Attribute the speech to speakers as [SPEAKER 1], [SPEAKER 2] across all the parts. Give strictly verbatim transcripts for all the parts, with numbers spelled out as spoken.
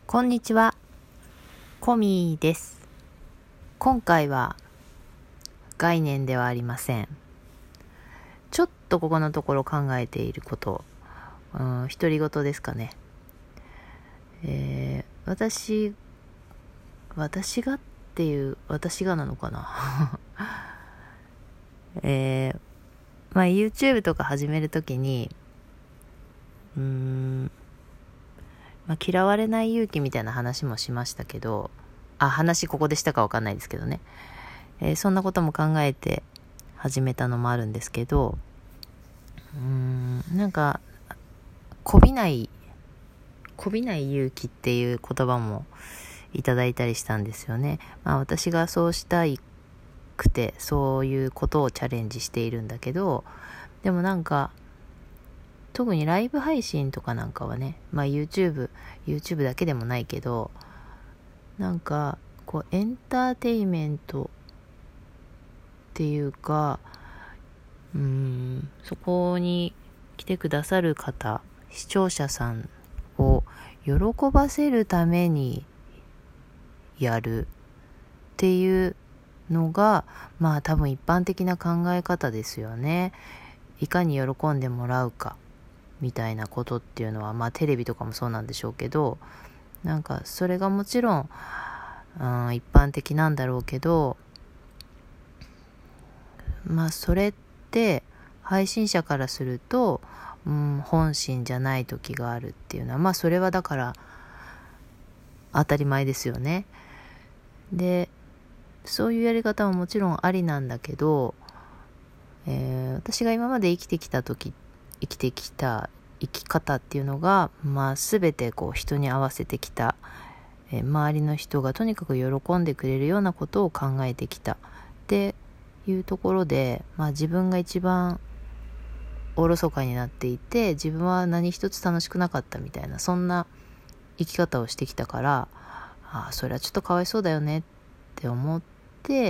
[SPEAKER 1] こんにちは、コミです。今回は概念ではありません。ちょっとここのところ考えていること、うん、独り言ですかね。えー、私、私がっていう、私がなのかな。えー、まあ YouTube とか始めるときに、うーん、まあ、嫌われない勇気みたいな話もしましたけど、あ、話ここでしたかわかんないですけどね、えー、そんなことも考えて始めたのもあるんですけど、うーんなんかこびないこびない勇気っていう言葉もいただいたりしたんですよね。まあ私がそうしたいくてそういうことをチャレンジしているんだけど、でもなんか特にライブ配信とかなんかはね、まあ YouTube、YouTube だけでもないけど、なんかこうエンターテイメントっていうか、うーんそこに来てくださる方、視聴者さんを喜ばせるためにやるっていうのが、まあ多分一般的な考え方ですよね。いかに喜んでもらうかみたいなことっていうのは、まあテレビとかもそうなんでしょうけど、なんかそれがもちろん、うん、一般的なんだろうけど、まあそれって配信者からすると、うん、本心じゃない時があるっていうのは、まあそれはだから当たり前ですよね。で、そういうやり方はもちろんありなんだけど、えー、私が今まで生きてきた時生きてきた生き方っていうのが、まあ全てこう人に合わせてきた、えー、周りの人がとにかく喜んでくれるようなことを考えてきたっていうところで、まあ自分が一番おろそかになっていて、自分は何一つ楽しくなかったみたいな、そんな生き方をしてきたから、ああそれはちょっとかわいそうだよねって思って、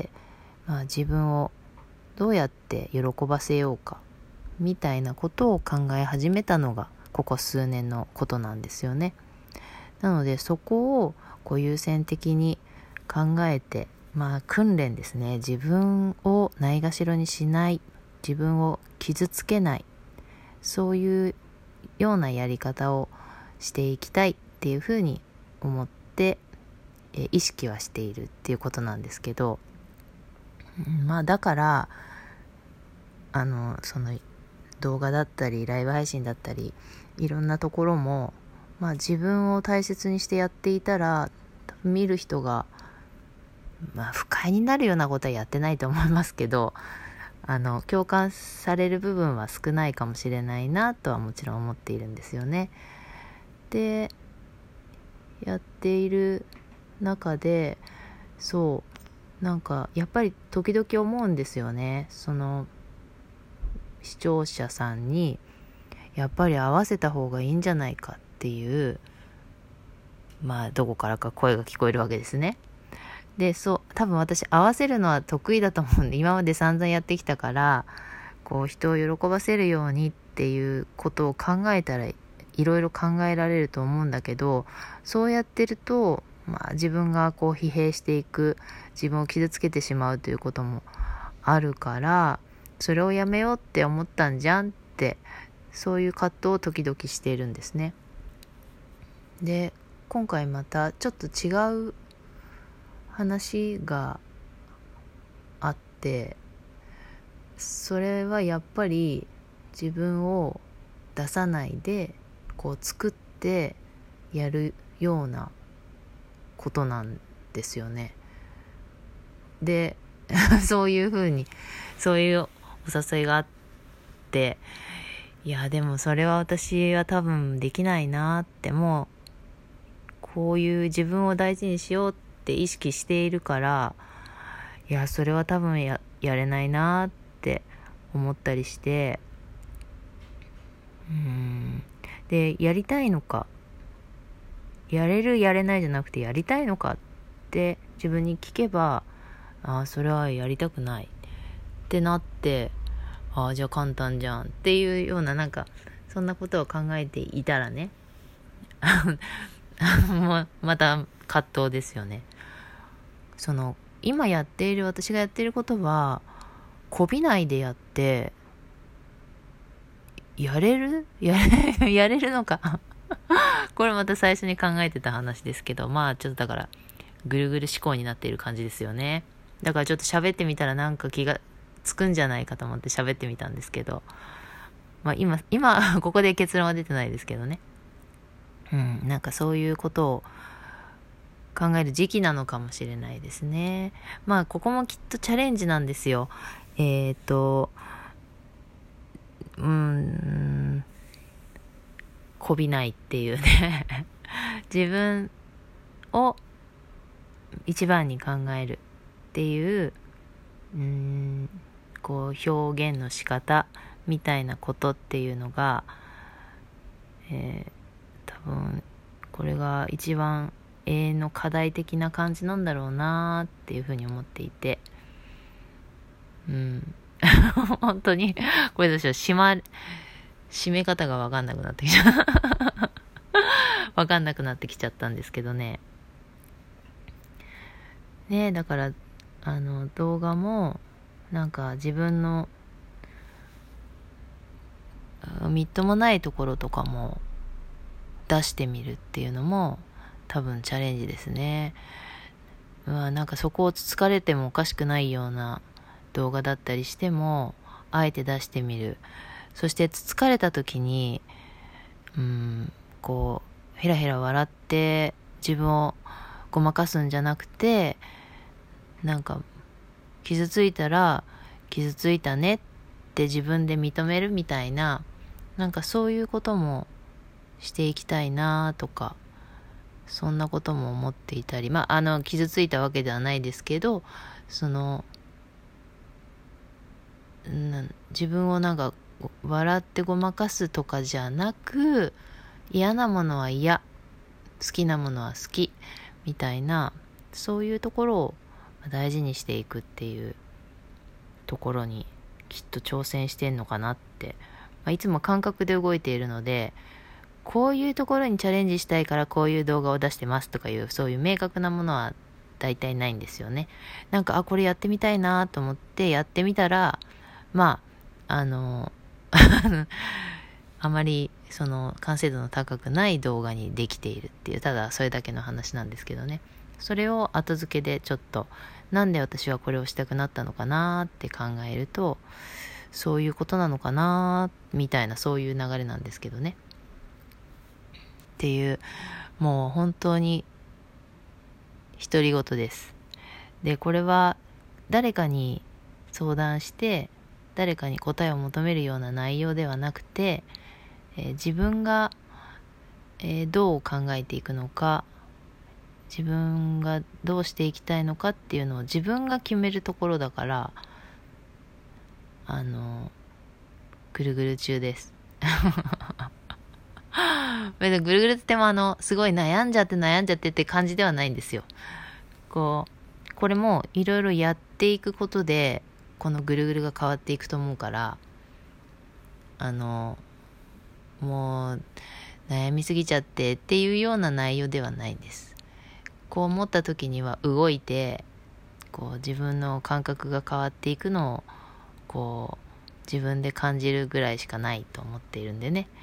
[SPEAKER 1] まあ、自分をどうやって喜ばせようかみたいなことを考え始めたのがここ数年のことなんですよね。なのでそこをこう優先的に考えて、まあ訓練ですね。自分をないがしろにしない、自分を傷つけない、そういうようなやり方をしていきたいっていうふうに思ってえ意識はしているっていうことなんですけど、まあだからあのその動画だったりライブ配信だったりいろんなところも、まあ自分を大切にしてやっていたら、見る人がまあ不快になるようなことはやってないと思いますけど、あの共感される部分は少ないかもしれないなとはもちろん思っているんですよね。で、やっている中で、そうなんかやっぱり時々思うんですよね。その視聴者さんにやっぱり合わせた方がいいんじゃないかっていう、まあどこからか声が聞こえるわけですね。で、そう多分私合わせるのは得意だと思うんで、今まで散々やってきたから、こう人を喜ばせるようにっていうことを考えたらいろいろ考えられると思うんだけど、そうやってると、まあ、自分がこう疲弊していく、自分を傷つけてしまうということもあるから、それをやめようって思ったんじゃんって、そういう葛藤を時々しているんですね。で、今回またちょっと違う話があって、それはやっぱり自分を出さないでこう作ってやるようなことなんですよね。でそういうふうにそういうお誘いがあって、いやでもそれは私は多分できないなって、もうこういう自分を大事にしようって意識しているから、いやそれは多分 や, やれないなって思ったりして、うーんでやりたいのか、やれるやれないじゃなくてやりたいのかって自分に聞けば、ああそれはやりたくないってなって、ああじゃあ簡単じゃんっていうような、なんかそんなことを考えていたらねもうまた葛藤ですよね。その今やっている私がやっていることはこびないでやってやれるやれやれるのかこれまた最初に考えてた話ですけど、まあちょっとだからぐるぐる思考になっている感じですよね。だからちょっと喋ってみたらなんか気がつくんじゃないかと思って喋ってみたんですけど、まあ今今ここで結論は出てないですけどね。うん、なんかそういうことを考える時期なのかもしれないですね。まあここもきっとチャレンジなんですよ。えっとうーんこびないっていうね自分を一番に考えるっていううーんこう表現の仕方みたいなことっていうのが、えー、多分これが一番永遠の課題的な感じなんだろうなっていうふうに思っていて、うん本当にこれどうしよう、締ま締め方が分かんなくなってきちゃう分かんなくなってきちゃったんですけどね。ねえ、だからあの動画もなんか自分のみっともないところとかも出してみるっていうのも多分チャレンジですね。まあなんかそこをつつかれてもおかしくないような動画だったりしてもあえて出してみる。そしてつつかれた時にうーんこうヘラヘラ笑って自分をごまかすんじゃなくて、なんか傷ついたら傷ついたねって自分で認めるみたいな、なんかそういうこともしていきたいなとか、そんなことも思っていたり、まああの傷ついたわけではないですけど、そのな自分をなんか笑ってごまかすとかじゃなく、嫌なものは嫌、好きなものは好きみたいな、そういうところを大事にしていくっていうところにきっと挑戦してんのかなって、まあ、いつも感覚で動いているので、こういうところにチャレンジしたいからこういう動画を出してますとかいうそういう明確なものは大体ないんですよね。なんかあこれやってみたいなと思ってやってみたら、まああのあまりその完成度の高くない動画にできているっていう、ただそれだけの話なんですけどね。それを後付けでちょっとなんで私はこれをしたくなったのかなって考えると、そういうことなのかなみたいな、そういう流れなんですけどね。っていう、もう本当に独り言です。でこれは誰かに相談して誰かに答えを求めるような内容ではなくて、えー、自分が、えー、どう考えていくのか、自分がどうしていきたいのかっていうのを自分が決めるところだから、あのぐるぐる中ですぐるぐるってもあのすごい悩んじゃって悩んじゃってって感じではないんですよ。こうこれもいろいろやっていくことでこのぐるぐるが変わっていくと思うから、あのもう悩みすぎちゃってっていうような内容ではないんです。こう思った時には動いて、こう自分の感覚が変わっていくのをこう自分で感じるぐらいしかないと思っているんでね。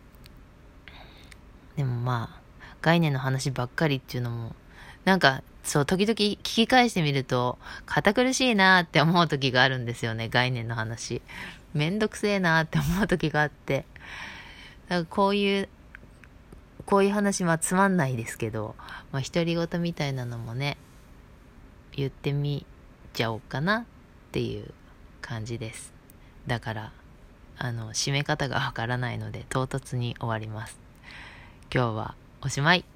[SPEAKER 1] でもまあ概念の話ばっかりっていうのもなんかそう時々聞き返してみると堅苦しいなって思う時があるんですよね。概念の話めんどくせえなって思う時があって、だからこういうこういう話はつまんないですけど、まあ独り言みたいなのもね言ってみちゃおうかなっていう感じです。だからあの締め方がわからないので唐突に終わります。今日はおしまい。